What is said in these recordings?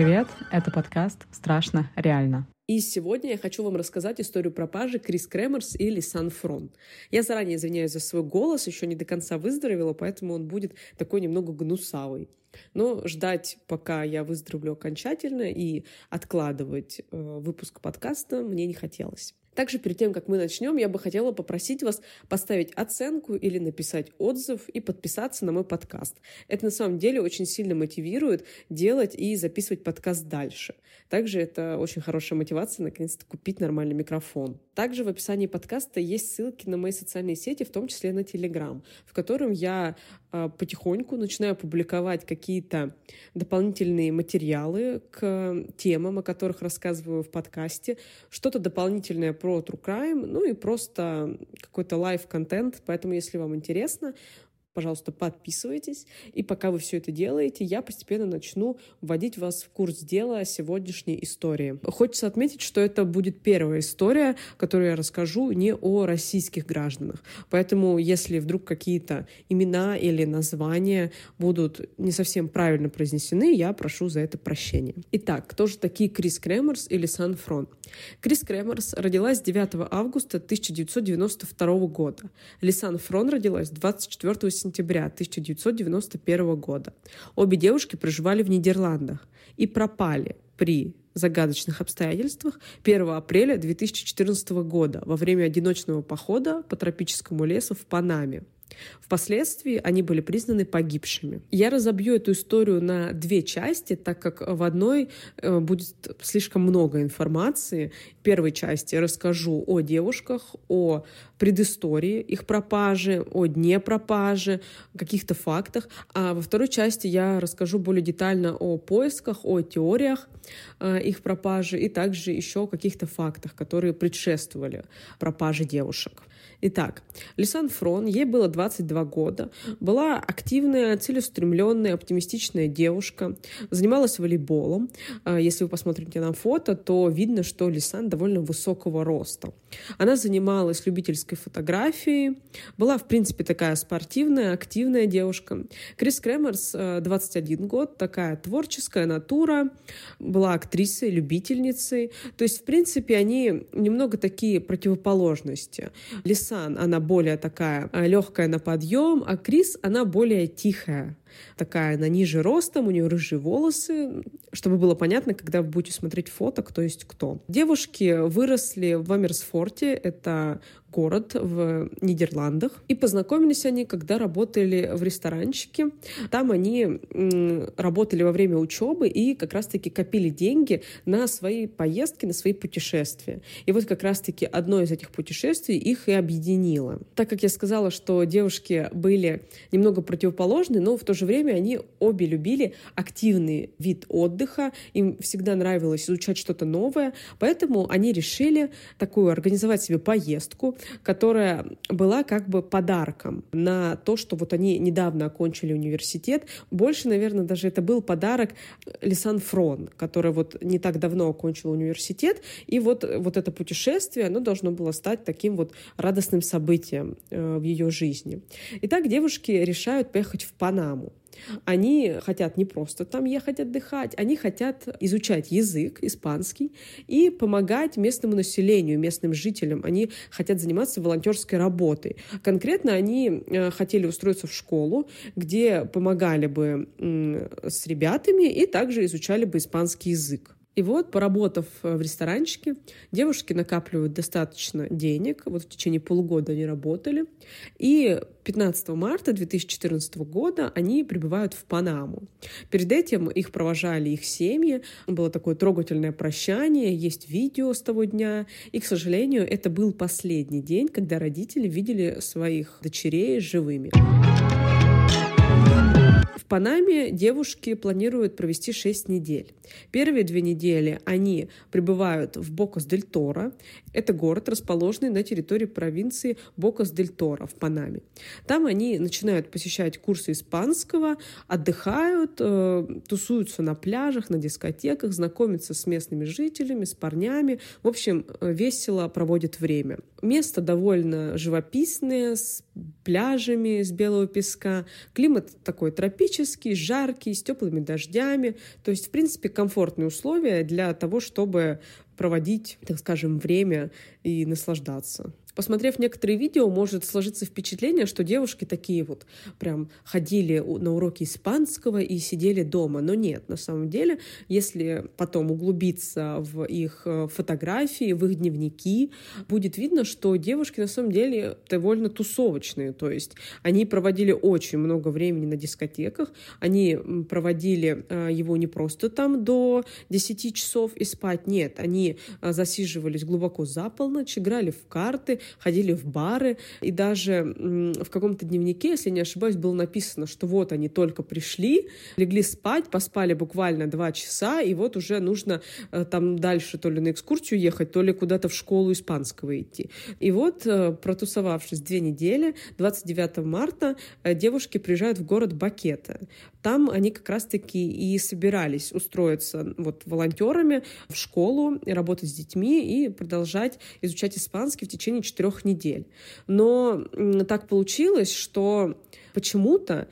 привет! Это подкаст «Страшно реально». И сегодня я хочу вам рассказать историю пропажи Крис Кремерс и Лисан Фрон. Я заранее извиняюсь за свой голос, еще не до конца выздоровела, поэтому он будет такой немного гнусавый. Но ждать, пока я выздоровлю окончательно, и откладывать выпуск подкаста мне не хотелось. Также перед тем, как мы начнем, я бы хотела попросить вас поставить оценку или написать отзыв и подписаться на мой подкаст. Это на самом деле очень сильно мотивирует делать и записывать подкаст дальше. Также это очень хорошая мотивация наконец-то купить нормальный микрофон. Также в описании подкаста есть ссылки на мои социальные сети, в том числе на Telegram, в котором я потихоньку начинаю публиковать какие-то дополнительные материалы к темам, о которых рассказываю в подкасте, что-то дополнительное про True Crime, ну и просто какой-то лайв-контент. Поэтому, если вам интересно, пожалуйста, подписывайтесь. И пока вы все это делаете, я постепенно начну вводить вас в курс дела сегодняшней истории. Хочется отметить, что это будет первая история, которую я расскажу не о российских гражданах. Поэтому, если вдруг какие-то имена или названия будут не совсем правильно произнесены, я прошу за это прощения. Итак, кто же такие Крис Кремерс и Лисан Фрон? Крис Кремерс родилась 9 августа 1992 года. Лисан Фрон родилась 24 сентября 1991 года. Обе девушки проживали в Нидерландах и пропали при загадочных обстоятельствах 1 апреля 2014 года во время одиночного похода по тропическому лесу в Панаме. Впоследствии они были признаны погибшими. Я разобью эту историю на две части, так как в одной будет слишком много информации. В первой части я расскажу о девушках, о предыстории их пропажи, о дне пропажи, каких-то фактах. А во второй части я расскажу более детально о поисках, о теориях их пропажи и также еще о каких-то фактах, которые предшествовали пропаже девушек. Итак, Лисан Фрон, ей было 22 года, была активная, целеустремленная, оптимистичная девушка, занималась волейболом. Если вы посмотрите на фото, то видно, что Лисан довольно высокого роста. Она занималась любительской фотографией, была, в принципе, такая спортивная, активная девушка. Крис Кремерс, 21 год, такая творческая натура, была актрисой, любительницей. То есть, в принципе, они немного такие противоположности. Лисан, она более такая легкая на подъем, а Крис, она более тихая. Такая, она ниже ростом, у нее рыжие волосы, чтобы было понятно, когда вы будете смотреть фото, кто есть кто. Девушки выросли в Амерсфорте, это город в Нидерландах, и познакомились они, когда работали в ресторанчике. Там они работали во время учебы и как раз-таки копили деньги на свои поездки, на свои путешествия. И вот как раз-таки одно из этих путешествий их и объединило. Так как я сказала, что девушки были немного противоположны, но в то же время они обе любили активный вид отдыха, им всегда нравилось изучать что-то новое, поэтому они решили такую организовать себе поездку, которая была как бы подарком на то, что вот они недавно окончили университет. Больше, наверное, даже это был подарок Лисан Фрон, которая вот не так давно окончила университет, и вот это путешествие, оно должно было стать таким вот радостным событием в ее жизни. Итак, девушки решают поехать в Панаму. Они хотят не просто там ехать отдыхать, они хотят изучать язык испанский и помогать местному населению, местным жителям. Они хотят заниматься волонтерской работой. Конкретно они хотели устроиться в школу, где помогали бы с ребятами и также изучали бы испанский язык. И вот, поработав в ресторанчике, девушки накапливают достаточно денег. Вот в течение полугода они работали. И 15 марта 2014 года они прибывают в Панаму. Перед этим их провожали их семьи. Было такое трогательное прощание, есть видео с того дня. И, к сожалению, это был последний день, когда родители видели своих дочерей живыми. В Панаме девушки планируют провести 6 недель. Первые 2 недели они прибывают в Бокас-дель-Торо. Это город, расположенный на территории провинции Бокас-дель-Торо в Панаме. Там они начинают посещать курсы испанского, отдыхают, тусуются на пляжах, на дискотеках, знакомятся с местными жителями, с парнями. В общем, весело проводят время. Место довольно живописное, с пляжами из белого песка. Климат такой тропический, жаркий, с теплыми дождями. То есть, в принципе, комфортные условия для того, чтобы проводить, так скажем, время и наслаждаться. Посмотрев некоторые видео, может сложиться впечатление, что девушки такие вот прям ходили на уроки испанского и сидели дома. Но нет, на самом деле, если потом углубиться в их фотографии, в их дневники, будет видно, что девушки на самом деле довольно тусовочные. То есть они проводили очень много времени на дискотеках, они проводили его не просто там до 10 часов и спать, нет, они засиживались глубоко за полночь, играли в карты, ходили в бары, и даже в каком-то дневнике, если не ошибаюсь, было написано, что вот они только пришли, легли спать, поспали буквально 2 часа, и вот уже нужно там дальше то ли на экскурсию ехать, то ли куда-то в школу испанского идти. И вот, протусовавшись 2 недели, 29 марта девушки приезжают в город Бакета. Там они как раз-таки и собирались устроиться вот волонтерами в школу, работать с детьми и продолжать изучать испанский в течение 4 недель. Но так получилось, что почему-то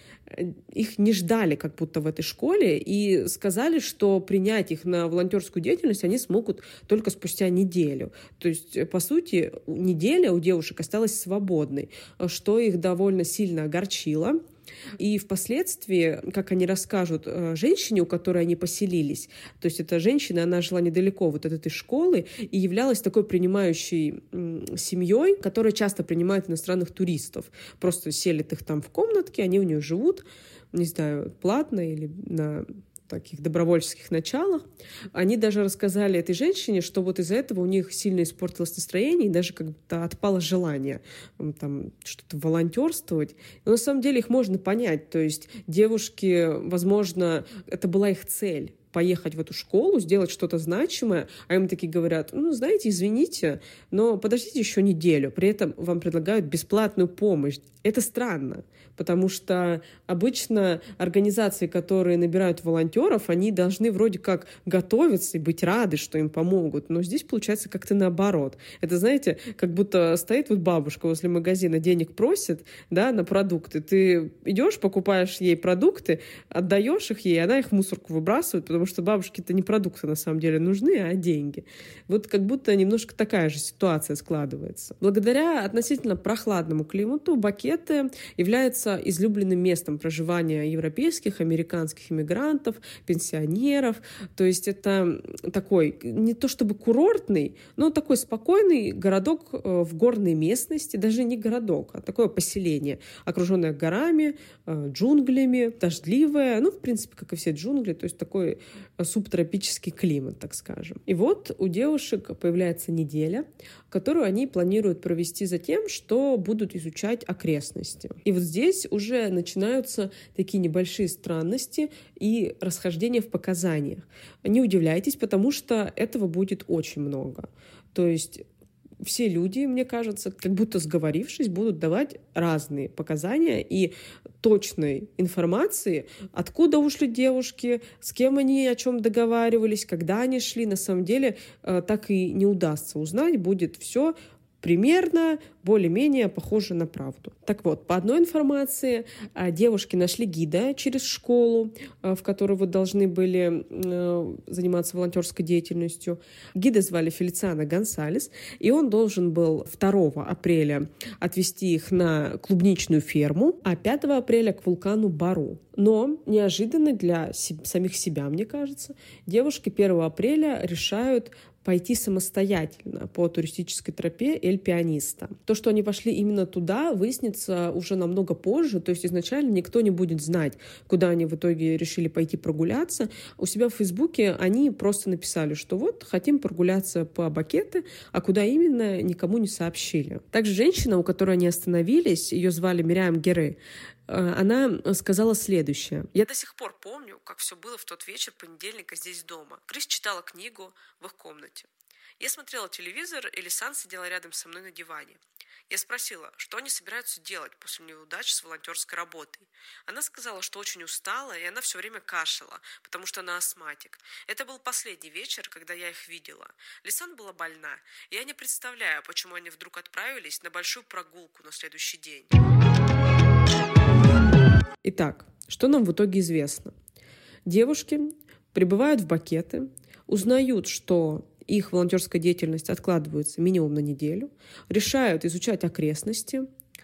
их не ждали как будто в этой школе и сказали, что принять их на волонтерскую деятельность они смогут только спустя неделю. То есть, по сути, неделя у девушек осталась свободной, что их довольно сильно огорчило. И впоследствии, как они расскажут женщине, у которой они поселились, то есть эта женщина, она жила недалеко вот от этой школы и являлась такой принимающей семьей, которая часто принимает иностранных туристов. Просто селит их там в комнатке, они у нее живут, не знаю, платно или на таких добровольческих началах. Они даже рассказали этой женщине, что вот из-за этого у них сильно испортилось настроение и даже как-то отпало желание там что-то волонтерствовать. Но на самом деле их можно понять. То есть девушки, возможно, это была их цель — поехать в эту школу, сделать что-то значимое, а им такие говорят: ну, знаете, извините, но подождите еще неделю. При этом вам предлагают бесплатную помощь. Это странно, потому что обычно организации, которые набирают волонтеров, они должны вроде как готовиться и быть рады, что им помогут. Но здесь получается как-то наоборот. Это, знаете, как будто стоит вот бабушка возле магазина, денег просит, да, на продукты. Ты идешь, покупаешь ей продукты, отдаешь их ей, она их в мусорку выбрасывает, потому что бабушке-то не продукты на самом деле нужны, а деньги. Вот как будто немножко такая же ситуация складывается. Благодаря относительно прохладному климату Бакеты является излюбленным местом проживания европейских, американских иммигрантов, пенсионеров. То есть это такой не то чтобы курортный, но такой спокойный городок в горной местности, даже не городок, а такое поселение, окруженное горами, джунглями, дождливое, ну, в принципе, как и все джунгли, то есть такой субтропический климат, так скажем. И вот у девушек появляется неделя, которую они планируют провести за тем, что будут изучать окрестности. И вот здесь уже начинаются такие небольшие странности и расхождения в показаниях. Не удивляйтесь, потому что этого будет очень много. То есть все люди, мне кажется, как будто сговорившись, будут давать разные показания, и точной информации, откуда ушли девушки, с кем они о чем договаривались, когда они шли, на самом деле так и не удастся узнать. Будет все примерно более-менее похоже на правду. Так вот, по одной информации, девушки нашли гида через школу, в которой вот должны были заниматься волонтерской деятельностью. Гида звали Фелициано Гонсалес, и он должен был 2 апреля отвезти их на клубничную ферму, а 5 апреля к вулкану Бару. Но неожиданно для самих себя, мне кажется, девушки 1 апреля решают пойти самостоятельно по туристической тропе Эль Пианиста. То, что они пошли именно туда, выяснится уже намного позже. То есть изначально никто не будет знать, куда они в итоге решили пойти прогуляться. У себя в Фейсбуке они просто написали, что вот хотим прогуляться по Бакете, а куда именно, никому не сообщили. Также женщина, у которой они остановились, ее звали Мириам Герре, она сказала следующее. «Я до сих пор помню, как все было в тот вечер понедельника здесь дома. Крис читала книгу в их комнате. Я смотрела телевизор, и Лисан сидела рядом со мной на диване. Я спросила, что они собираются делать после неудач с волонтерской работой. Она сказала, что очень устала, и она все время кашляла, потому что она астматик. Это был последний вечер, когда я их видела. Лисан была больна, и я не представляю, почему они вдруг отправились на большую прогулку на следующий день». Итак, что нам в итоге известно? Девушки прибывают в Бакеты, узнают, что их волонтерская деятельность откладывается минимум на неделю, решают изучать окрестности,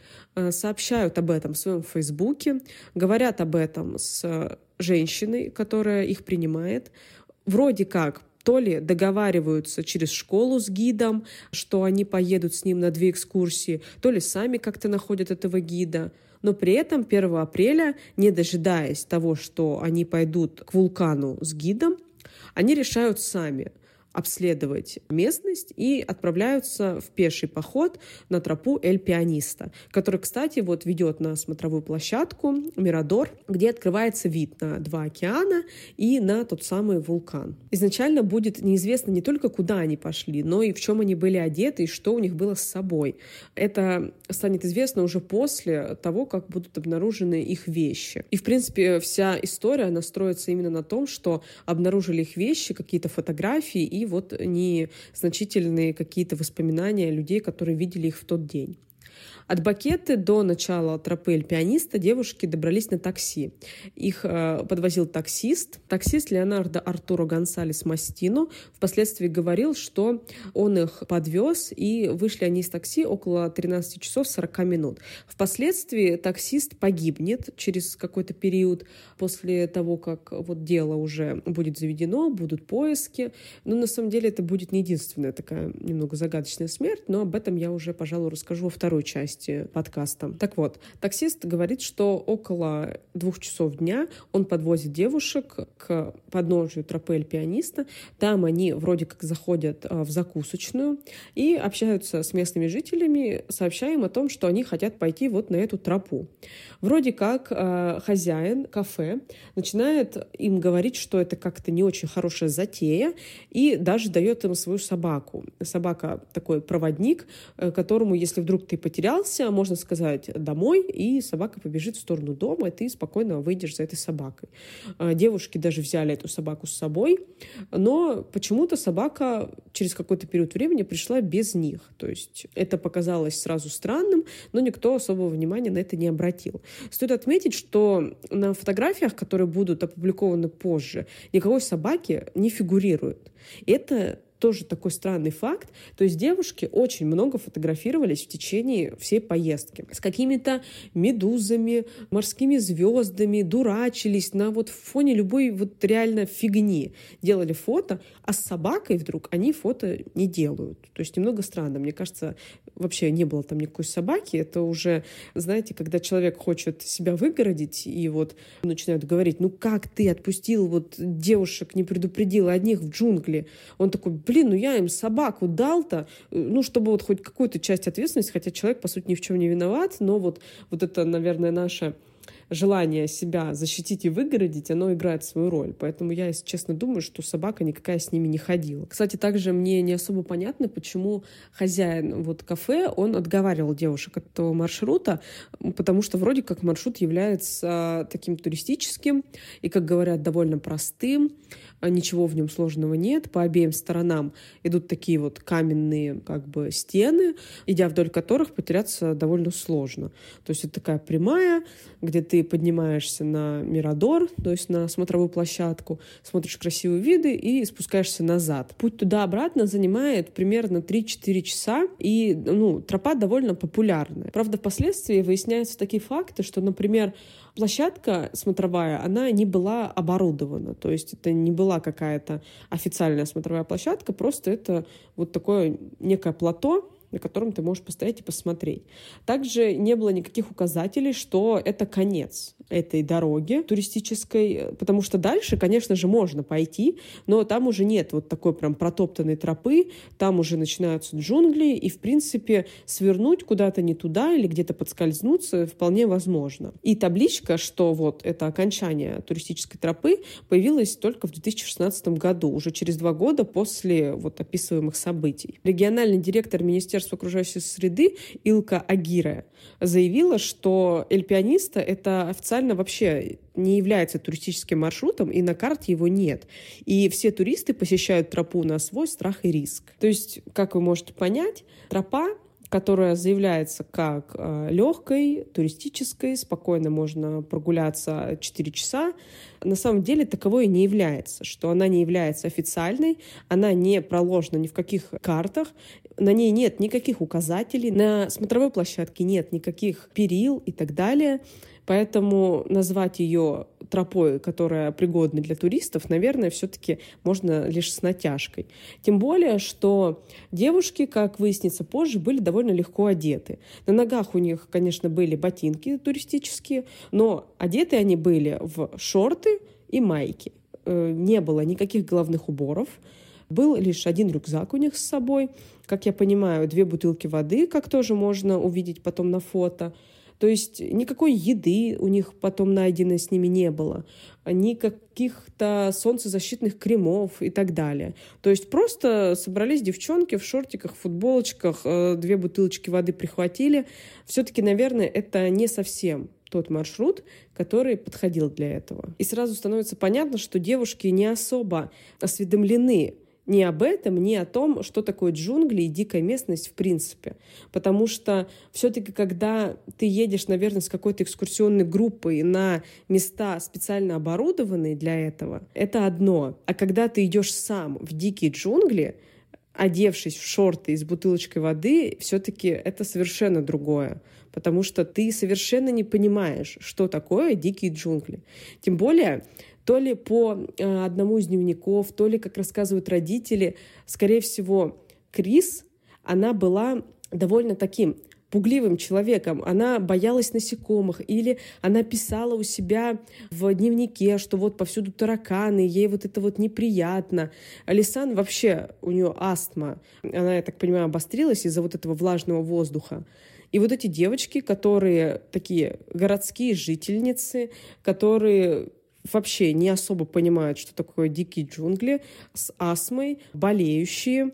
сообщают об этом в своем Фейсбуке, говорят об этом с женщиной, которая их принимает. Вроде как то ли договариваются через школу с гидом, что они поедут с ним на 2 экскурсии, то ли сами как-то находят этого гида. Но при этом 1 апреля, не дожидаясь того, что они пойдут к вулкану с гидом, они решают сами обследовать местность и отправляются в пеший поход на тропу Эль-Пианиста, которая, кстати, вот ведет на смотровую площадку Мирадор, где открывается вид на 2 океана и на тот самый вулкан. Изначально будет неизвестно не только, куда они пошли, но и в чем они были одеты и что у них было с собой. Это станет известно уже после того, как будут обнаружены их вещи. И, в принципе, вся история, она строится именно на том, что обнаружили их вещи, какие-то фотографии и вот незначительные какие-то воспоминания людей, которые видели их в тот день. От Бакеты до начала тропы Эль-Пианиста девушки добрались на такси. Их подвозил таксист Леонардо Артуро Гонсалес Мастино. Впоследствии говорил, что он их подвез, и вышли они из такси около 13 часов 40 минут. Впоследствии таксист погибнет через какой-то период после того, как вот дело уже будет заведено, будут поиски. Но на самом деле это будет не единственная такая немного загадочная смерть, но об этом я уже, пожалуй, расскажу во второй части подкаста. Так вот, таксист говорит, что около 2 часов дня он подвозит девушек к подножию тропы Эль-Пианиста. Там они вроде как заходят в закусочную и общаются с местными жителями, сообщая им о том, что они хотят пойти вот на эту тропу. Вроде как хозяин кафе начинает им говорить, что это как-то не очень хорошая затея, и даже дает им свою собаку. Собака такой проводник, которому, если вдруг ты потерялся, можно сказать «домой», и собака побежит в сторону дома, и ты спокойно выйдешь за этой собакой. Девушки даже взяли эту собаку с собой, но почему-то собака через какой-то период времени пришла без них. То есть это показалось сразу странным, но никто особого внимания на это не обратил. Стоит отметить, что на фотографиях, которые будут опубликованы позже, никакой собаки не фигурирует. Это тоже такой странный факт. То есть девушки очень много фотографировались в течение всей поездки. С какими-то медузами, морскими звездами, дурачились на вот фоне любой вот реально фигни. Делали фото, а с собакой вдруг они фото не делают. То есть немного странно. Мне кажется, вообще не было там никакой собаки. Это уже, знаете, когда человек хочет себя выгородить и вот начинают говорить, ну как ты отпустил вот девушек, не предупредил одних в джунгли? Он такой, блин, ну я им собаку дал-то, ну, чтобы вот хоть какую-то часть ответственности, хотя человек, по сути, ни в чем не виноват, но вот это, наверное, наше желание себя защитить и выгородить, оно играет свою роль. Поэтому я, если честно, думаю, что собака никакая с ними не ходила. Кстати, также мне не особо понятно, почему хозяин вот кафе, он отговаривал девушек от этого маршрута, потому что вроде как маршрут является таким туристическим и, как говорят, довольно простым. Ничего в нем сложного нет. По обеим сторонам идут такие вот каменные как бы стены, идя вдоль которых потеряться довольно сложно. То есть это такая прямая, где ты поднимаешься на Мирадор, то есть на смотровую площадку, смотришь красивые виды и спускаешься назад. Путь туда-обратно занимает примерно 3-4 часа, и тропа довольно популярная. Правда, впоследствии выясняются такие факты, что, например, площадка смотровая, она не была оборудована, то есть это не была какая-то официальная смотровая площадка, просто это вот такое некое плато, на котором ты можешь постоять и посмотреть. Также не было никаких указателей, что это конец. этой дороги туристической, потому что дальше, конечно же, можно пойти, но там уже нет вот такой прям протоптанной тропы, там уже начинаются джунгли, и, в принципе, свернуть куда-то не туда или где-то подскользнуться вполне возможно. И табличка, что вот это окончание туристической тропы, появилась только в 2016 году, уже через 2 года после вот описываемых событий. Региональный директор Министерства окружающей среды Илка Агире заявила, что Эль Пианиста — это официально вообще не является туристическим маршрутом, и на карте его нет. И все туристы посещают тропу на свой страх и риск. То есть, как вы можете понять, тропа, которая заявляется как легкой, туристической, спокойно можно прогуляться 4 часа, на самом деле таковой и не является, что она не является официальной, она не проложена ни в каких картах, на ней нет никаких указателей, на смотровой площадке нет никаких перил и так далее. Поэтому назвать ее тропой, которая пригодна для туристов, наверное, все-таки можно лишь с натяжкой. Тем более, что девушки, как выяснится позже, были довольно легко одеты. На ногах у них, конечно, были ботинки туристические, но одеты они были в шорты и майки. Не было никаких головных уборов. Был лишь один рюкзак у них с собой. Как я понимаю, 2 бутылки воды, как тоже можно увидеть потом на фото. То есть никакой еды у них потом найдено с ними не было, никаких-то солнцезащитных кремов и так далее. То есть просто собрались девчонки в шортиках, в футболочках, 2 бутылочки воды прихватили. Все-таки, наверное, это не совсем тот маршрут, который подходил для этого. И сразу становится понятно, что девушки не особо осведомлены ни об этом, ни о том, что такое джунгли и дикая местность в принципе. Потому что все-таки, когда ты едешь, наверное, с какой-то экскурсионной группой на места, специально оборудованные для этого, это одно. А когда ты идешь сам в дикие джунгли, одевшись в шорты и с бутылочкой воды, все-таки это совершенно другое. Потому что ты совершенно не понимаешь, что такое дикие джунгли. Тем более, то ли по одному из дневников, то ли, как рассказывают родители, скорее всего, Крис, она была довольно таким пугливым человеком. Она боялась насекомых, или она писала у себя в дневнике, что вот повсюду тараканы, ей вот это вот неприятно. Лисан вообще, у нее астма. Она, я так понимаю, обострилась из-за вот этого влажного воздуха. И вот эти девочки, которые такие городские жительницы, которые вообще не особо понимают, что такое дикие джунгли, с астмой, болеющие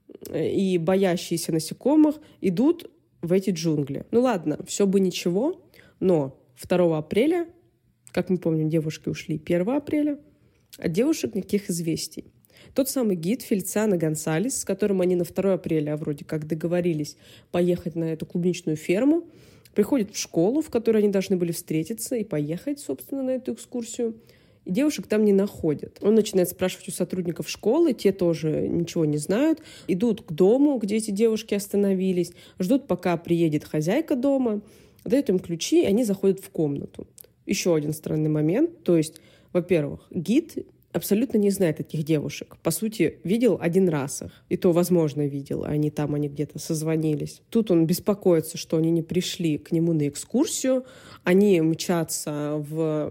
и боящиеся насекомых, идут в эти джунгли. Ну ладно, все бы ничего, но 2 апреля, как мы помним, девушки ушли 1 апреля, от девушек никаких известий. Тот самый гид Фельциано Гонсалес, с которым они на 2 апреля вроде как договорились поехать на эту клубничную ферму, приходит в школу, в которой они должны были встретиться и поехать, собственно, на эту экскурсию. И девушек там не находят. Он начинает спрашивать у сотрудников школы, те тоже ничего не знают. Идут к дому, где эти девушки остановились, ждут, пока приедет хозяйка дома, дают им ключи, и они заходят в комнату. Еще один странный момент. То есть, во-первых, гид абсолютно не знает этих девушек. По сути, видел 1 раз их. И то, возможно, видел. Они где-то созвонились. Тут он беспокоится, что они не пришли к нему на экскурсию. Они мчатся в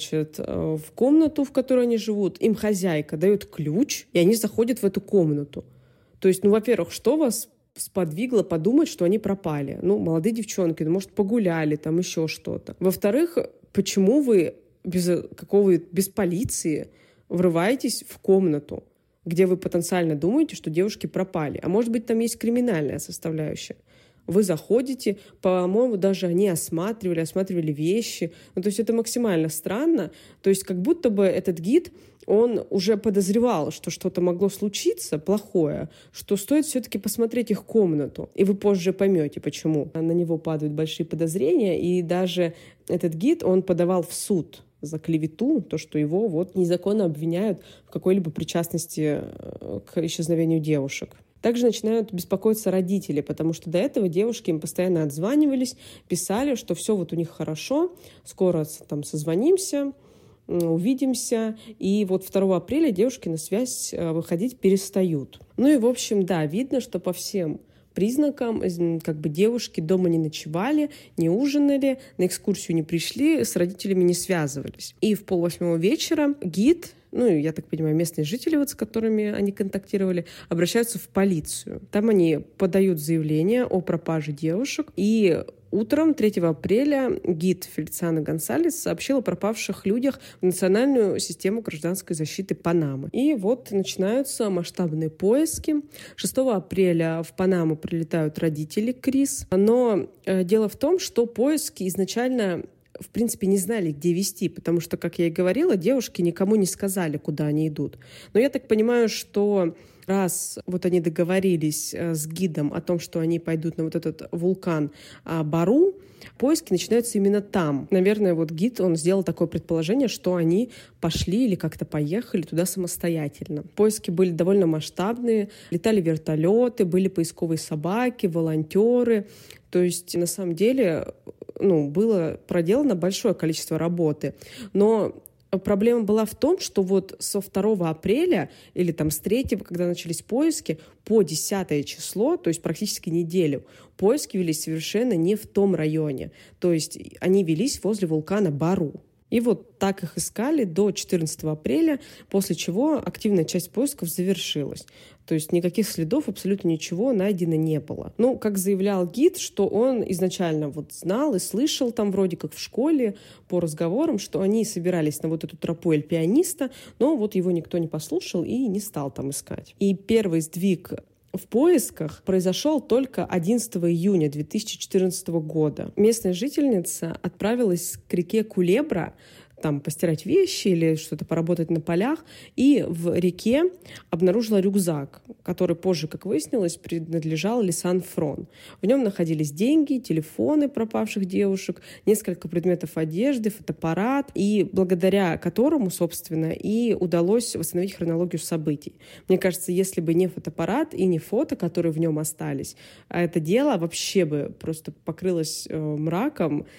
комнату, в которой они живут. Им хозяйка дает ключ, и они заходят в эту комнату. То есть, во-первых, что вас сподвигло подумать, что они пропали? Молодые девчонки, может, погуляли, там еще что-то. Во-вторых, почему вы без полиции врываетесь в комнату, где вы потенциально думаете, что девушки пропали. А может быть, там есть криминальная составляющая. Вы заходите, по-моему, даже они осматривали вещи. То есть это максимально странно. То есть как будто бы этот гид, он уже подозревал, что что-то могло случиться плохое, что стоит все-таки посмотреть их комнату. И вы позже поймете, почему на него падают большие подозрения. И даже этот гид, он подавал в суд за клевету, то, что его незаконно обвиняют в какой-либо причастности к исчезновению девушек. Также начинают беспокоиться родители, потому что до этого девушки им постоянно отзванивались, писали, что все у них хорошо, скоро созвонимся, увидимся. И 2 апреля девушки на связь выходить перестают. В общем, да, видно, что по всем признакам как бы девушки дома не ночевали, не ужинали, на экскурсию не пришли, с родителями не связывались. И в 7:30 вечера гид, я так понимаю, местные жители, с которыми они контактировали, обращаются в полицию. Там они подают заявление о пропаже девушек, и утром 3 апреля гид Фелициано Гонсалес сообщил о пропавших людях в Национальную систему гражданской защиты Панамы. И вот начинаются масштабные поиски. 6 апреля в Панаму прилетают родители Крис. Но дело в том, что поиски изначально в принципе, не знали, где вести, потому что, как я и говорила, девушки никому не сказали, куда они идут. Но я так понимаю, что раз они договорились с гидом о том, что они пойдут на этот вулкан Бару, поиски начинаются именно там. Наверное, гид, он сделал такое предположение, что они пошли или как-то поехали туда самостоятельно. Поиски были довольно масштабные, летали вертолеты, были поисковые собаки, волонтеры. То есть, на самом деле, было проделано большое количество работы. Но проблема была в том, что со 2 апреля или с 3, когда начались поиски, по 10 число, то есть практически неделю, поиски велись совершенно не в том районе. То есть они велись возле вулкана Бару. И так их искали до 14 апреля, после чего активная часть поисков завершилась. То есть никаких следов, абсолютно ничего найдено не было. Как заявлял гид, что он изначально знал и слышал там вроде как в школе по разговорам, что они собирались на эту тропу Эль-Пианиста, но его никто не послушал и не стал там искать. И первый сдвиг в поисках произошел только 11 июня 2014 года. Местная жительница отправилась к реке Кулебра, постирать вещи или что-то поработать на полях, и в реке обнаружила рюкзак, который позже, как выяснилось, принадлежал Лисан Фрон. В нем находились деньги, телефоны пропавших девушек, несколько предметов одежды, фотоаппарат, и благодаря которому, собственно, и удалось восстановить хронологию событий. Мне кажется, если бы не фотоаппарат и не фото, которые в нем остались, это дело вообще бы просто покрылось мраком,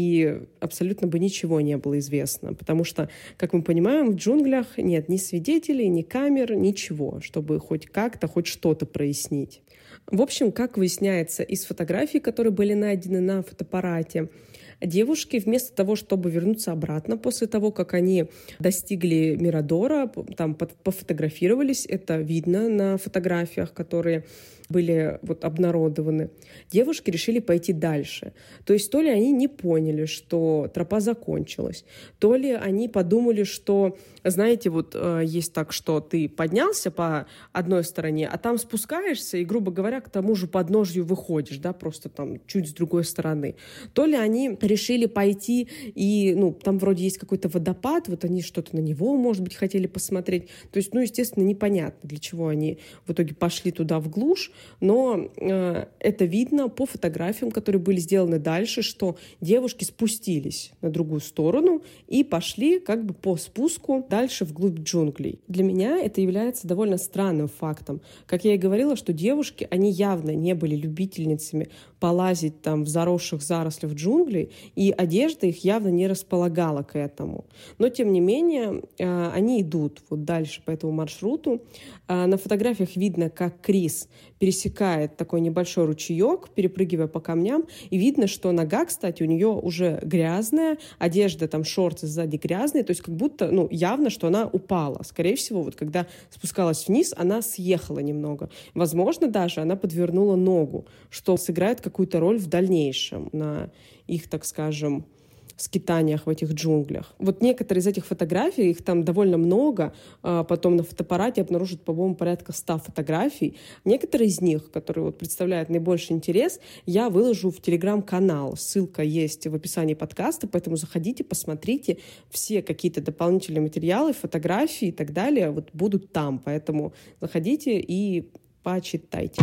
и абсолютно бы ничего не было известно. Потому что, как мы понимаем, в джунглях нет ни свидетелей, ни камер, ничего, чтобы хоть как-то, хоть что-то прояснить. В общем, как выясняется из фотографий, которые были найдены на фотоаппарате, девушки вместо того, чтобы вернуться обратно после того, как они достигли Мирадора, пофотографировались, это видно на фотографиях, которые были обнародованы, девушки решили пойти дальше. То есть то ли они не поняли, что тропа закончилась, то ли они подумали, что, знаете, есть так, что ты поднялся по одной стороне, а там спускаешься и, грубо говоря, к тому же подножью выходишь, просто чуть с другой стороны. То ли они решили пойти и, там вроде есть какой-то водопад, они что-то на него, может быть, хотели посмотреть. То есть, естественно, непонятно, для чего они в итоге пошли туда в глушь, но это видно по фотографиям, которые были сделаны дальше, что девушки спустились на другую сторону и пошли по спуску дальше вглубь джунглей. Для меня это является довольно странным фактом. Как я и говорила, что девушки, они явно не были любительницами полазить в заросших зарослях джунглей, и одежда их явно не располагала к этому. Но, тем не менее, они идут дальше по этому маршруту. На фотографиях видно, как Крис пересекает такой небольшой ручеек, перепрыгивая по камням, и видно, что нога, кстати, у нее уже грязная, одежда, шорты сзади грязные, то есть как будто, явно, что она упала. Скорее всего, когда спускалась вниз, она съехала немного. Возможно, даже она подвернула ногу, что сыграет какую-то роль в дальнейшем на их, так скажем, скитаниях в этих джунглях. Некоторые из этих фотографий, их там довольно много, потом на фотоаппарате обнаружат, по-моему, порядка 100 фотографий. Некоторые из них, которые представляют наибольший интерес, я выложу в Телеграм-канал. Ссылка есть в описании подкаста, поэтому заходите, посмотрите. Все какие-то дополнительные материалы, фотографии и так далее будут там, поэтому заходите и почитайте.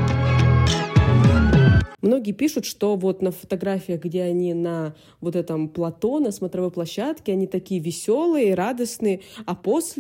Многие пишут, что на фотографиях, где они на этом плато, на смотровой площадке, они такие веселые, радостные, а после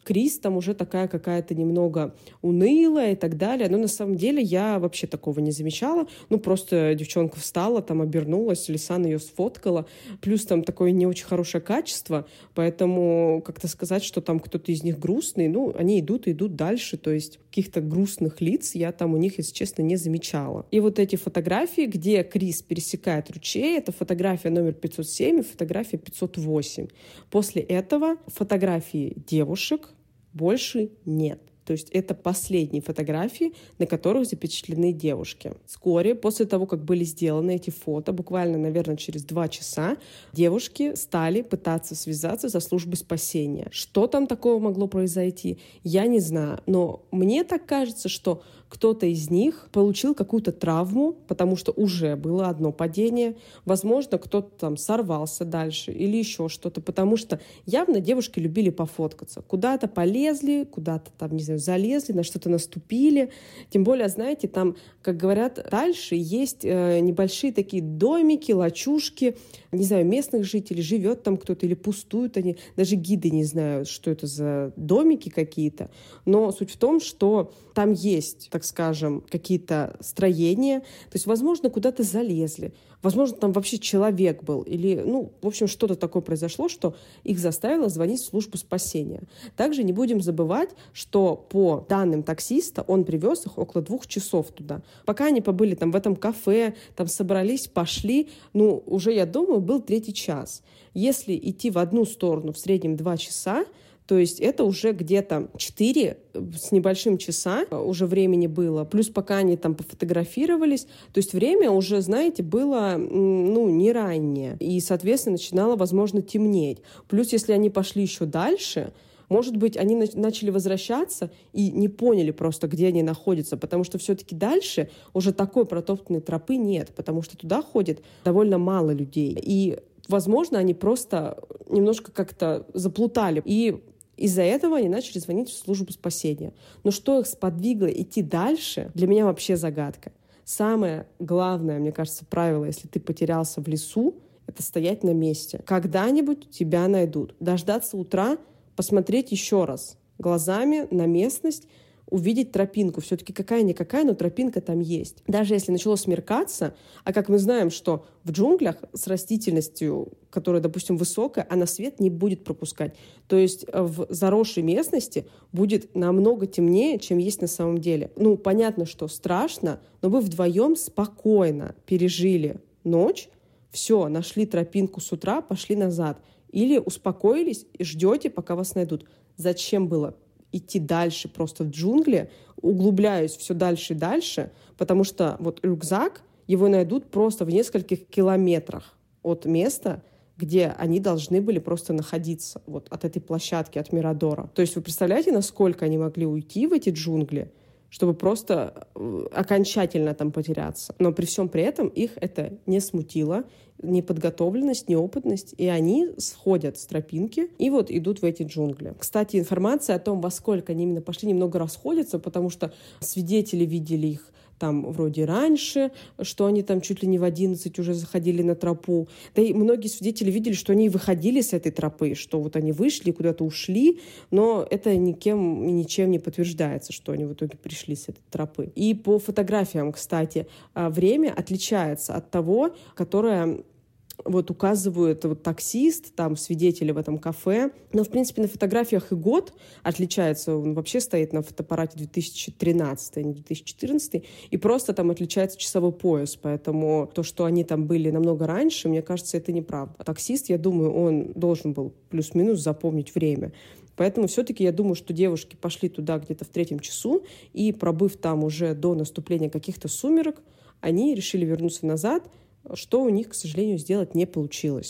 Крис там уже такая какая-то немного унылая и так далее. Но на самом деле я вообще такого не замечала. Просто девчонка встала, там обернулась, Лисан ее сфоткала. Плюс там такое не очень хорошее качество, поэтому как-то сказать, что там кто-то из них грустный, они идут дальше, то есть каких-то грустных лиц я там у них, если честно, не замечала. И вот эти фотографии, где Крис пересекает ручей, это фотография номер 507 и фотография 508. После этого фотографии девушек больше нет. То есть это последние фотографии, на которых запечатлены девушки. Вскоре, после того, как были сделаны эти фото, буквально, наверное, через 2 часа, девушки стали пытаться связаться со службой спасения. Что там такого могло произойти, я не знаю. Но мне так кажется, что кто-то из них получил какую-то травму, потому что уже было одно падение. Возможно, кто-то там сорвался дальше или еще что-то, потому что явно девушки любили пофоткаться. Куда-то полезли, куда-то там, не знаю, залезли, на что-то наступили. Тем более, знаете, там, как говорят, дальше есть небольшие такие домики, лачушки, не знаю, местных жителей, живет там кто-то или пустуют они. Даже гиды не знают, что это за домики какие-то. Но суть в том, что там есть, так скажем, какие-то строения. То есть, возможно, куда-то залезли. Возможно, там вообще человек был. Или, в общем, что-то такое произошло, что их заставило звонить в службу спасения. Также не будем забывать, что по данным таксиста он привез их около 2 часов туда. Пока они побыли там в этом кафе, там собрались, пошли, уже, я думаю, был 3-й час. Если идти в одну сторону в среднем 2 часа, то есть это уже где-то 4 с небольшим часа уже времени было. Плюс пока они там пофотографировались. То есть время уже, знаете, было не раннее. И, соответственно, начинало, возможно, темнеть. Плюс если они пошли еще дальше, может быть, они начали возвращаться и не поняли просто, где они находятся, потому что все-таки дальше уже такой протоптанной тропы нет, потому что туда ходит довольно мало людей. И, возможно, они просто немножко как-то заплутали. И из-за этого они начали звонить в службу спасения. Но что их сподвигло идти дальше, для меня вообще загадка. Самое главное, мне кажется, правило, если ты потерялся в лесу, это стоять на месте. Когда-нибудь тебя найдут. Дождаться утра, посмотреть еще раз глазами на местность, увидеть тропинку. Все-таки какая-никакая, но тропинка там есть. Даже если начало смеркаться, а как мы знаем, что в джунглях с растительностью, которая, допустим, высокая, она свет не будет пропускать. То есть в заросшей местности будет намного темнее, чем есть на самом деле. Понятно, что страшно, но вы вдвоем спокойно пережили ночь, все, нашли тропинку с утра, пошли назад. Или успокоились и ждете, пока вас найдут. Зачем было идти дальше просто в джунгли, углубляюсь все дальше и дальше, потому что вот рюкзак, его найдут просто в нескольких километрах от места, где они должны были просто находиться, вот от этой площадки, от Мирадора. То есть вы представляете, насколько они могли уйти в эти джунгли, чтобы просто окончательно там потеряться. Но при всем при этом их это не смутило, неподготовленность, неопытность, и они сходят с тропинки и вот идут в эти джунгли. Кстати, информация о том, во сколько они именно пошли, немного расходится, потому что свидетели видели их там вроде раньше, что они там чуть ли не в 11 уже заходили на тропу. Да и многие свидетели видели, что они выходили с этой тропы, что вот они вышли, куда-то ушли, но это никем и ничем не подтверждается, что они в итоге пришли с этой тропы. И по фотографиям, кстати, время отличается от того, которое вот указывают вот таксист, там свидетели в этом кафе. Но, в принципе, на фотографиях и год отличается. Он вообще стоит на фотоаппарате 2013, а не 2014. И просто там отличается часовой пояс. Поэтому то, что они там были намного раньше, мне кажется, это неправда. А таксист, я думаю, он должен был плюс-минус запомнить время. Поэтому все-таки я думаю, что девушки пошли туда где-то в 3 часу, и, пробыв там уже до наступления каких-то сумерек, они решили вернуться назад, что у них, к сожалению, сделать не получилось.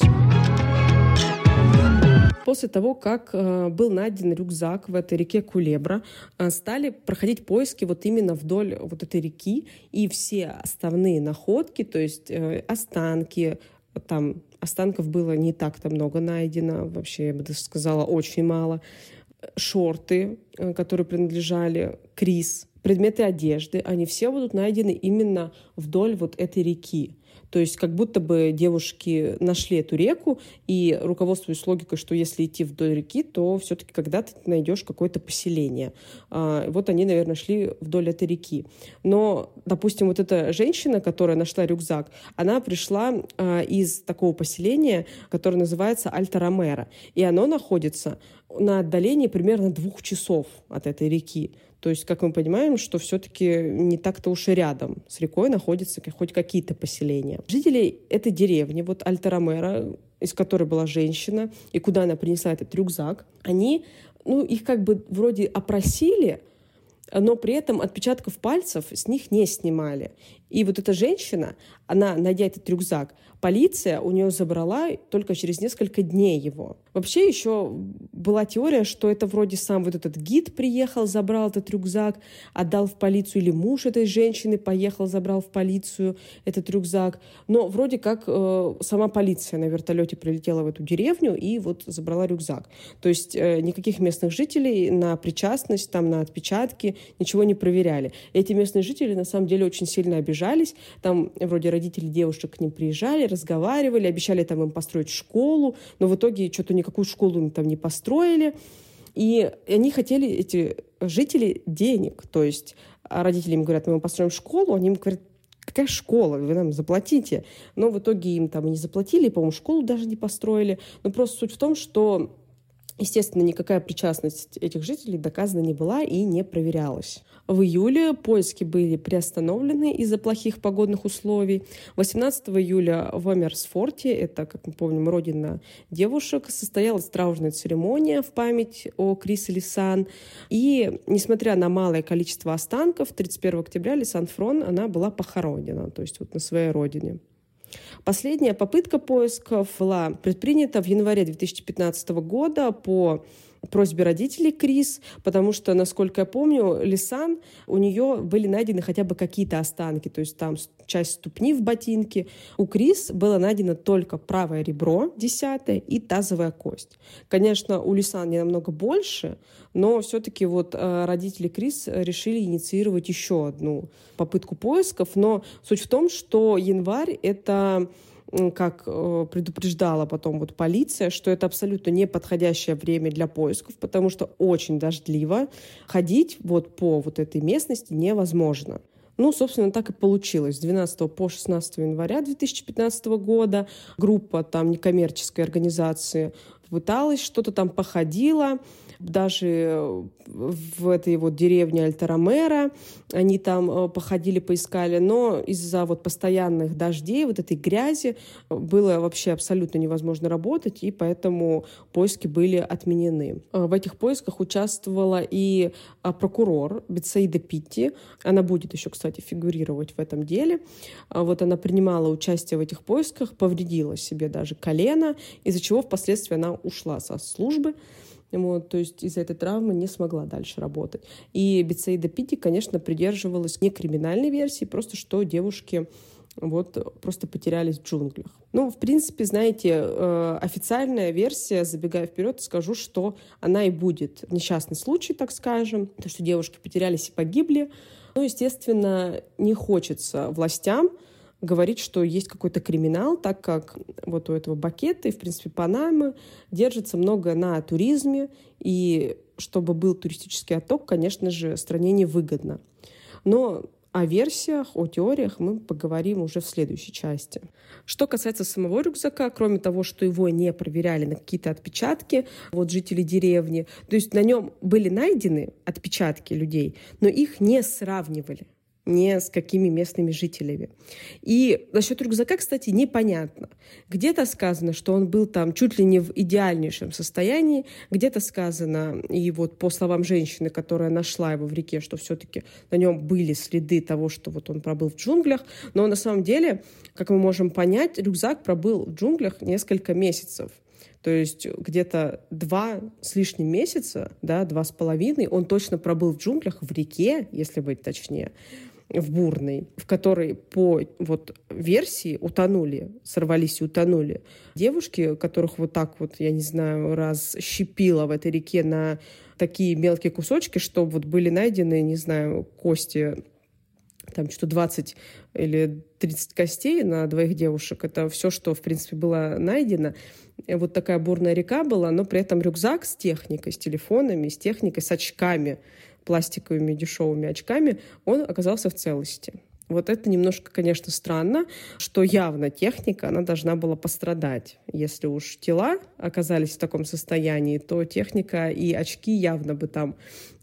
После того, как был найден рюкзак в этой реке Кулебра, стали проходить поиски вот именно вдоль вот этой реки, и все основные находки, то есть останки, там останков было не так-то много найдено, вообще, я бы даже сказала, очень мало, шорты, которые принадлежали Крис, предметы одежды, они все будут найдены именно вдоль вот этой реки. То есть как будто бы девушки нашли эту реку и, руководствуясь логикой, что если идти вдоль реки, то все-таки когда-то ты найдешь какое-то поселение. Вот они, наверное, шли вдоль этой реки. Но, допустим, вот эта женщина, которая нашла рюкзак, она пришла из такого поселения, которое называется Альта-Ромеро. И оно находится на отдалении примерно 2 часов от этой реки. То есть, как мы понимаем, что все-таки не так-то уж и рядом с рекой находятся хоть какие-то поселения. Жители этой деревни, вот Альта-Ромеро, из которой была женщина, и куда она принесла этот рюкзак, они, их как бы вроде опросили, но при этом отпечатков пальцев с них не снимали. И вот эта женщина, она, найдя этот рюкзак, полиция у нее забрала только через несколько дней его. Вообще еще была теория, что это вроде сам вот этот гид приехал, забрал этот рюкзак, отдал в полицию, или муж этой женщины поехал, забрал в полицию этот рюкзак. Но вроде как сама полиция на вертолете прилетела в эту деревню и вот забрала рюкзак. То есть никаких местных жителей на причастность, там, на отпечатки ничего не проверяли. Эти местные жители на самом деле очень сильно обижались. Там вроде родители девушек к ним приезжали, разговаривали, обещали там им построить школу, но в итоге что-то никакую школу им там не построили. И они хотели, эти жители, денег. То есть родители им говорят, мы вам построим школу, они им говорят, какая школа, вы нам заплатите. Но в итоге им там и не заплатили, по-моему, школу даже не построили. Но просто суть в том, что, естественно, никакая причастность этих жителей доказана не была и не проверялась. В июле поиски были приостановлены из-за плохих погодных условий. 18 июля в Амерсфорте, это, как мы помним, родина девушек, состоялась траурная церемония в память о Крис и Лисан. И, несмотря на малое количество останков, 31 октября Лисан Фрон, она была похоронена, то есть вот на своей родине. Последняя попытка поисков была предпринята в январе 2015 года по просьбе родителей Крис, потому что, насколько я помню, Лисан, у нее были найдены хотя бы какие-то останки, то есть там часть ступни в ботинке. У Крис было найдено только правое ребро, 10-е, и тазовая кость. Конечно, у Лисан не намного больше, но все-таки вот родители Крис решили инициировать еще одну попытку поисков, но суть в том, что январь — это, как предупреждала потом вот полиция, что это абсолютно неподходящее время для поисков, потому что очень дождливо, ходить вот по вот этой местности невозможно. Собственно, так и получилось. С 12 по 16 января 2015 года группа там некоммерческой организации пыталась, что-то там походила, даже в этой вот деревне Альта-Ромеро они там походили, поискали, но из-за вот постоянных дождей, вот этой грязи было вообще абсолютно невозможно работать, и поэтому поиски были отменены. В этих поисках участвовала и прокурор Бетсаида Питти. Она будет еще, кстати, фигурировать в этом деле. Вот она принимала участие в этих поисках, повредила себе даже колено, из-за чего впоследствии она ушла со службы. Вот, то есть из-за этой травмы не смогла дальше работать. И Бетсаида Питти, конечно, придерживалась не криминальной версии, просто что девушки вот просто потерялись в джунглях. В принципе, знаете, официальная версия, забегая вперед, скажу, что она и будет несчастный случай, так скажем, то, что девушки потерялись и погибли. Естественно, не хочется властям говорить, что есть какой-то криминал, так как вот у этого Бакетты и, в принципе, Панамы держится много на туризме, и чтобы был туристический отток, конечно же, стране невыгодно. Но о версиях, о теориях мы поговорим уже в следующей части. Что касается самого рюкзака, кроме того, что его не проверяли на какие-то отпечатки, вот жители деревни, то есть на нем были найдены отпечатки людей, но их не сравнивали ни с какими местными жителями. И насчет рюкзака, кстати, непонятно. Где-то сказано, что он был там чуть ли не в идеальнейшем состоянии, где-то сказано, и вот по словам женщины, которая нашла его в реке, что все-таки на нем были следы того, что вот он пробыл в джунглях. Но на самом деле, как мы можем понять, рюкзак пробыл в джунглях несколько месяцев. То есть где-то 2 с лишним месяца, 2,5, он точно пробыл в джунглях, в реке, если быть точнее, в Бурной, в которой по вот версии утонули, сорвались и утонули девушки, которых вот так вот, я не знаю, расщепило в этой реке на такие мелкие кусочки, что вот были найдены, не знаю, кости там что-то 20 или 30 костей на 2 девушек. Это все, что, в принципе, было найдено. И вот такая бурная река была, но при этом рюкзак с техникой, с телефонами, с техникой, с очками, пластиковыми дешевыми очками, он оказался в целости. Вот это немножко, конечно, странно, что явно техника, она должна была пострадать. Если уж тела оказались в таком состоянии, то техника и очки явно бы там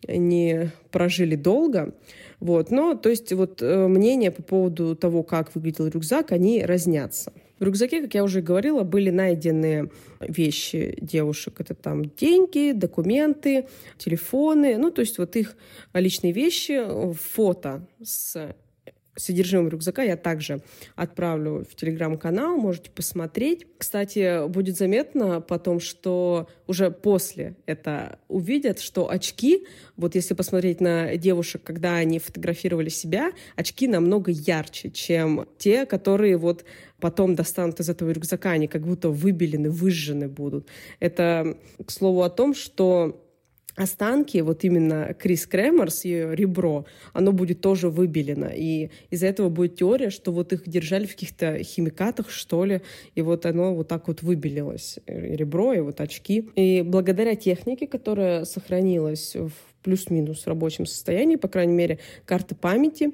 не прожили долго. Вот. Но, то есть, вот мнения по поводу того, как выглядел рюкзак, они разнятся. В рюкзаке, как я уже говорила, были найдены вещи девушек. Это там деньги, документы, телефоны. Ну, то есть вот их личные вещи, фото с содержимым рюкзака я также отправлю в телеграм-канал, можете посмотреть. Кстати, будет заметно потом, что уже после это увидят, что очки, вот если посмотреть на девушек, когда они фотографировали себя, очки намного ярче, чем те, которые вот потом достанут из этого рюкзака, они как будто выбелены, выжжены будут. Это, к слову, о том, что останки, вот именно Крис Кремерс, ее ребро, оно будет тоже выбелено. И из-за этого будет теория, что вот их держали в каких-то химикатах, что ли, и вот оно вот так вот выбелилось, ребро и вот очки. И благодаря технике, которая сохранилась в плюс-минус рабочем состоянии, по крайней мере, карты памяти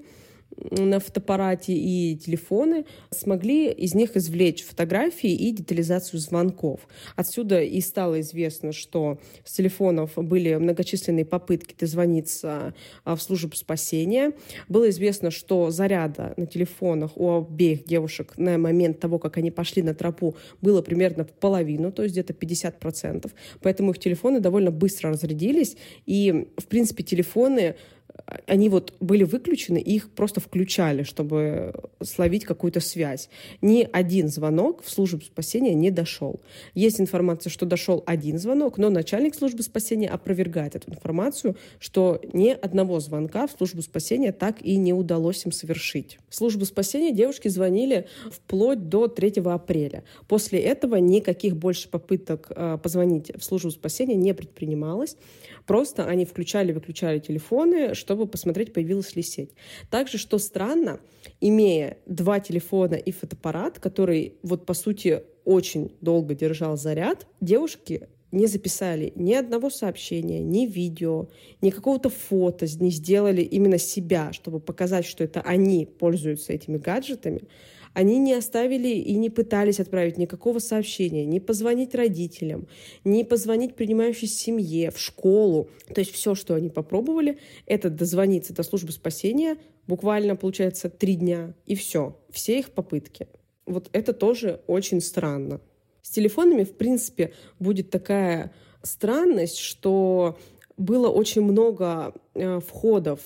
на фотоаппарате и телефоны, смогли из них извлечь фотографии и детализацию звонков. Отсюда и стало известно, что с телефонов были многочисленные попытки дозвониться в службу спасения. Было известно, что заряда на телефонах у обеих девушек на момент того, как они пошли на тропу, было примерно в половину, то есть где-то 50%. Поэтому их телефоны довольно быстро разрядились. И, в принципе, телефоны они вот были выключены, и их просто включали, чтобы словить какую-то связь. Ни один звонок в службу спасения не дошел. Есть информация, что дошел один звонок, но начальник службы спасения опровергает эту информацию, что ни одного звонка в службу спасения так и не удалось им совершить. В службу спасения девушки звонили вплоть до 3 апреля. После этого никаких больше попыток позвонить в службу спасения не предпринималось. Просто они включали-выключали телефоны, чтобы посмотреть, появилась ли сеть. Также, что странно, имея 2 телефона и фотоаппарат, который, вот по сути, очень долго держал заряд, девушки не записали ни одного сообщения, ни видео, ни какого-то фото, не сделали именно себя, чтобы показать, что это они пользуются этими гаджетами. Они не оставили и не пытались отправить никакого сообщения, не позвонить родителям, не позвонить принимающей семье, в школу. То есть все, что они попробовали, это дозвониться до службы спасения, буквально, получается, 3 дня, и все. Все их попытки. Вот это тоже очень странно. С телефонами, в принципе, будет такая странность, что было очень много входов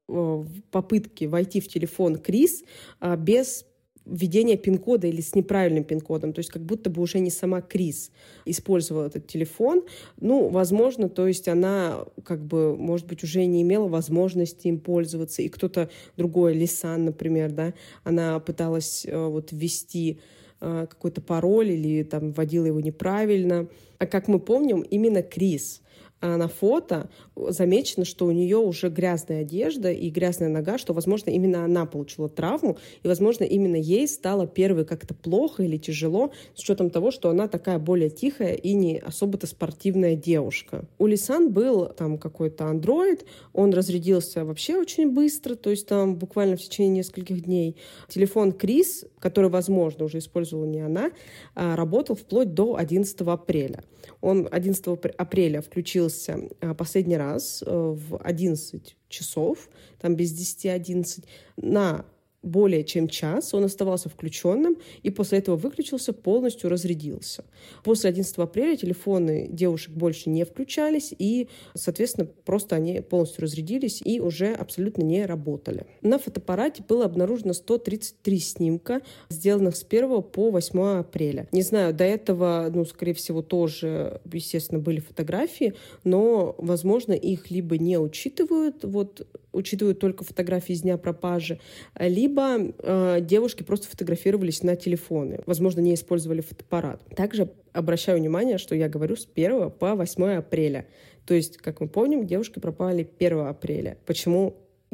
в попытки войти в телефон Крис без введение пин-кода или с неправильным пин-кодом, то есть как будто бы уже не сама Крис использовала этот телефон. Ну, возможно, то есть она как бы, может быть, уже не имела возможности им пользоваться, и кто-то другой, Лисан, например, да, она пыталась вот ввести какой-то пароль или там вводила его неправильно. А как мы помним, именно Крис на фото замечено, что у нее уже грязная одежда и грязная нога, что, возможно, именно она получила травму, и, возможно, именно ей стало первой как-то плохо или тяжело, с учетом того, что она такая более тихая и не особо-то спортивная девушка. У Лисан был там какой-то андроид, он разрядился вообще очень быстро, то есть там буквально в течение нескольких дней. Телефон Крис, который, возможно, уже использовала не она, работал вплоть до 11 апреля. Он 11 апреля включился последний раз в 11 часов, там без 10-11, на более чем час он оставался включенным, и после этого выключился, полностью разрядился. После 11 апреля телефоны девушек больше не включались, и, соответственно, просто они полностью разрядились и уже абсолютно не работали. На фотоаппарате было обнаружено 133 снимка, сделанных с 1 по 8 апреля. Не знаю, до этого, скорее всего, тоже, естественно, были фотографии, но, возможно, их либо не учитывают, учитывают только фотографии с дня пропажи, либо девушки просто фотографировались на телефоны, возможно, не использовали фотоаппарат. Также обращаю внимание, что я говорю с 1 по 8 апреля. То есть, как мы помним, девушки пропали 1 апреля. Почему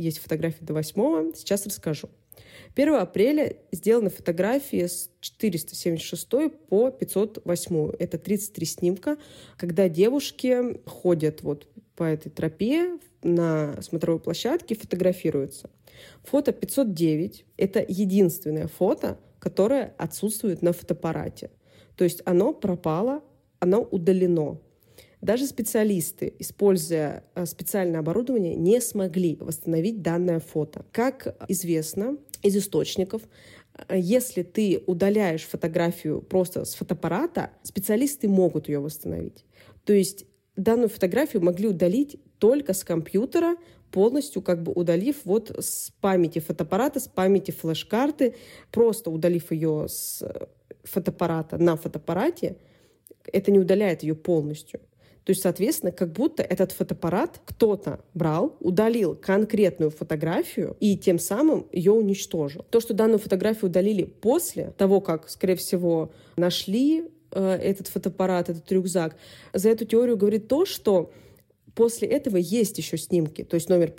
есть фотографии до 8, сейчас расскажу. 1 апреля сделаны фотографии с 476 по 508. Это 33 снимка, когда девушки ходят вот по этой тропе на смотровой площадке и фотографируются. Фото 509 — это единственное фото, которое отсутствует на фотоаппарате. То есть оно пропало, оно удалено. Даже специалисты, используя специальное оборудование, не смогли восстановить данное фото. Как известно из источников, если ты удаляешь фотографию просто с фотоаппарата, специалисты могут ее восстановить. То есть данную фотографию могли удалить только с компьютера, полностью как бы удалив вот с памяти фотоаппарата, с памяти флеш-карты, просто удалив ее с фотоаппарата на фотоаппарате, это не удаляет ее полностью. То есть, соответственно, как будто этот фотоаппарат кто-то брал, удалил конкретную фотографию и тем самым ее уничтожил. То, что данную фотографию удалили после того, как, скорее всего, нашли этот фотоаппарат, этот рюкзак, за эту теорию говорит то, что после этого есть еще снимки, то есть номер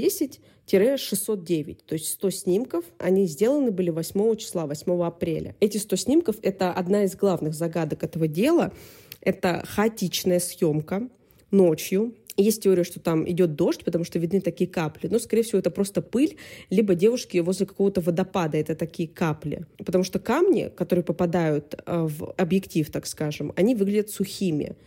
510-609, то есть 100 снимков, они сделаны были 8 числа, 8 апреля. Эти 100 снимков — это одна из главных загадок этого дела. Это хаотичная съемка ночью. Есть теория, что там идет дождь, потому что видны такие капли. Но, скорее всего, это просто пыль, либо девушки возле какого-то водопада — это такие капли. Потому что камни, которые попадают в объектив, так скажем, они выглядят сухими.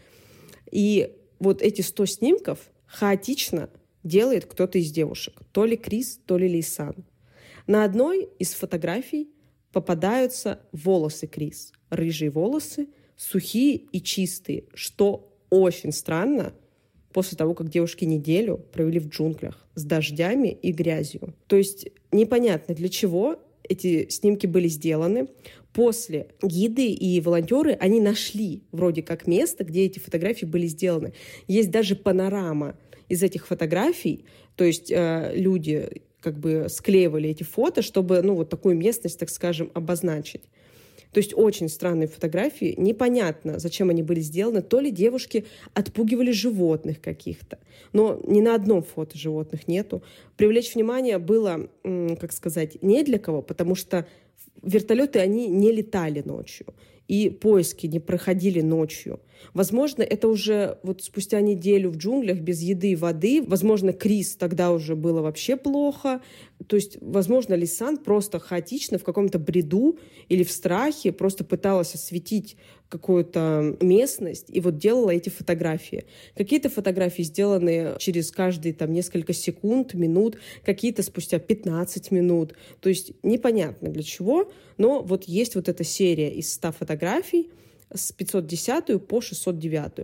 И вот эти 100 снимков хаотично делает кто-то из девушек. То ли Крис, то ли Лейсан. На одной из фотографий попадаются волосы Крис. Рыжие волосы, сухие и чистые, что очень странно после того, как девушки неделю провели в джунглях с дождями и грязью. То есть непонятно, для чего эти снимки были сделаны. После гиды и волонтеры, они нашли вроде как место, где эти фотографии были сделаны. Есть даже панорама из этих фотографий, то есть люди как бы склеивали эти фото, чтобы вот такую местность, так скажем, обозначить. То есть очень странные фотографии. Непонятно, зачем они были сделаны. То ли девушки отпугивали животных каких-то. Но ни на одном фото животных нету. Привлечь внимание было, как сказать, не для кого, потому что вертолеты, они не летали ночью. И поиски не проходили ночью. Возможно, это уже вот спустя неделю в джунглях без еды и воды. Возможно, Крис тогда уже было вообще плохо. То есть, возможно, Лейсан просто хаотично в каком-то бреду или в страхе просто пыталась осветить какую-то местность и вот делала эти фотографии. Какие-то фотографии сделаны через каждые несколько секунд, минут, какие-то спустя 15 минут. То есть непонятно для чего, но вот есть вот эта серия из 100 фотографий с 510 по 609.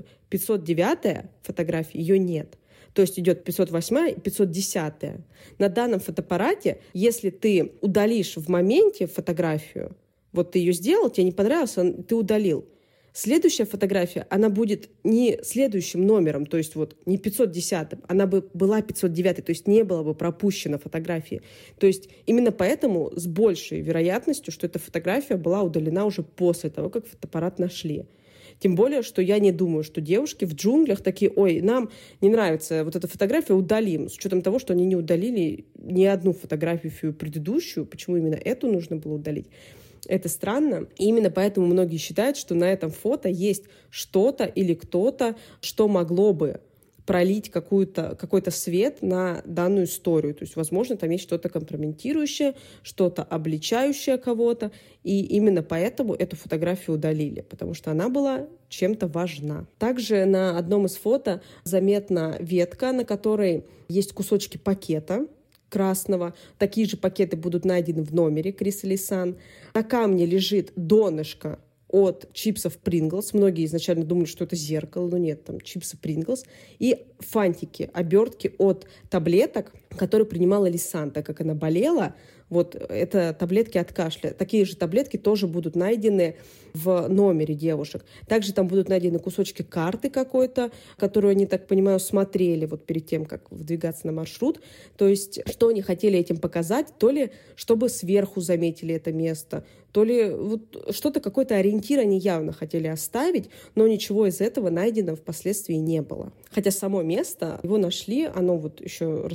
509 фотография, ее нет. То есть идет 508 и 510. На данном фотоаппарате, если ты удалишь в моменте фотографию, вот ты ее сделал, тебе не понравилось, ты удалил. Следующая фотография, она будет не следующим номером, то есть вот не 510, она бы была 509, то есть не было бы пропущено фотографии. То есть именно поэтому с большей вероятностью, что эта фотография была удалена уже после того, как фотоаппарат нашли. Тем более, что я не думаю, что девушки в джунглях такие: ой, нам не нравится вот эта фотография, удалим. С учетом того, что они не удалили ни одну фотографию предыдущую, почему именно эту нужно было удалить? Это странно. И именно поэтому многие считают, что на этом фото есть что-то или кто-то, что могло бы пролить какой-то свет на данную историю. То есть, возможно, там есть что-то компрометирующее, что-то обличающее кого-то. И именно поэтому эту фотографию удалили, потому что она была чем-то важна. Также на одном из фото заметна ветка, на которой есть кусочки пакета красного. Такие же пакеты будут найдены в номере Крис и Лейсан. На камне лежит донышко от чипсов Принглс. Многие изначально думали, что это зеркало, но нет, там чипсы Принглс. И фантики, обертки от таблеток, которые принимала Лейсан, так как она болела. Вот это таблетки от кашля. Такие же таблетки тоже будут найдены в номере девушек. Также там будут найдены кусочки карты какой-то, которую они, так понимаю, смотрели вот перед тем, как выдвигаться на маршрут. То есть, что они хотели этим показать? То ли, чтобы сверху заметили это место, то ли вот что-то, какой-то ориентир они явно хотели оставить, но ничего из этого найдено впоследствии не было. Хотя само место, его нашли, оно вот еще расположено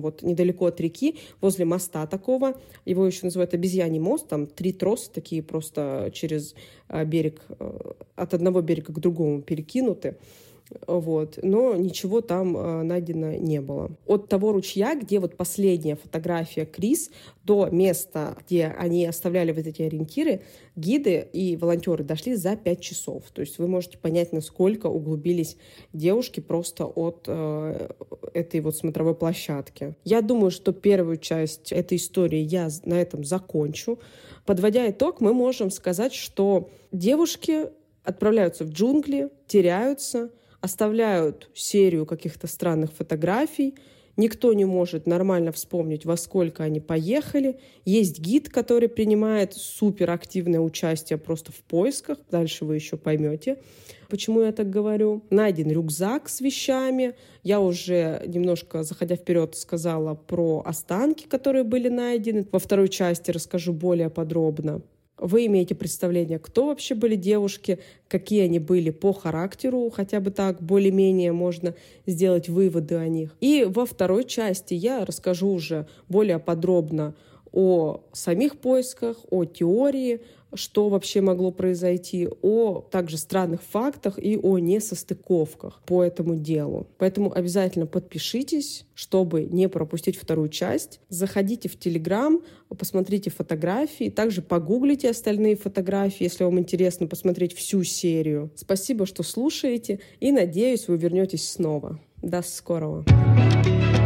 вот недалеко от реки, возле моста такого. Его еще называют обезьяний мост. Там 3 троса такие просто через берег, от одного берега к другому перекинуты. Вот. Но ничего там найдено не было. От того ручья, где вот последняя фотография Крис, до места, где они оставляли вот эти ориентиры, гиды и волонтеры дошли за 5 часов. То есть вы можете понять, насколько углубились девушки просто от этой вот смотровой площадки. Я думаю, что первую часть этой истории я на этом закончу. Подводя итог, мы можем сказать, что девушки отправляются в джунгли, теряются, оставляют серию каких-то странных фотографий. Никто не может нормально вспомнить, во сколько они поехали. Есть гид, который принимает суперактивное участие просто в поисках. Дальше вы еще поймете, почему я так говорю. Найден рюкзак с вещами. Я уже немножко, заходя вперед, сказала про останки, которые были найдены. Во второй части расскажу более подробно. Вы имеете представление, кто вообще были девушки, какие они были по характеру, хотя бы так более-менее можно сделать выводы о них. И во второй части я расскажу уже более подробно о самих поисках, о теории, что вообще могло произойти, о также странных фактах и о несостыковках по этому делу. Поэтому обязательно подпишитесь, чтобы не пропустить вторую часть. Заходите в Telegram, посмотрите фотографии, также погуглите остальные фотографии, если вам интересно посмотреть всю серию. Спасибо, что слушаете, и надеюсь, вы вернетесь снова. До скорого!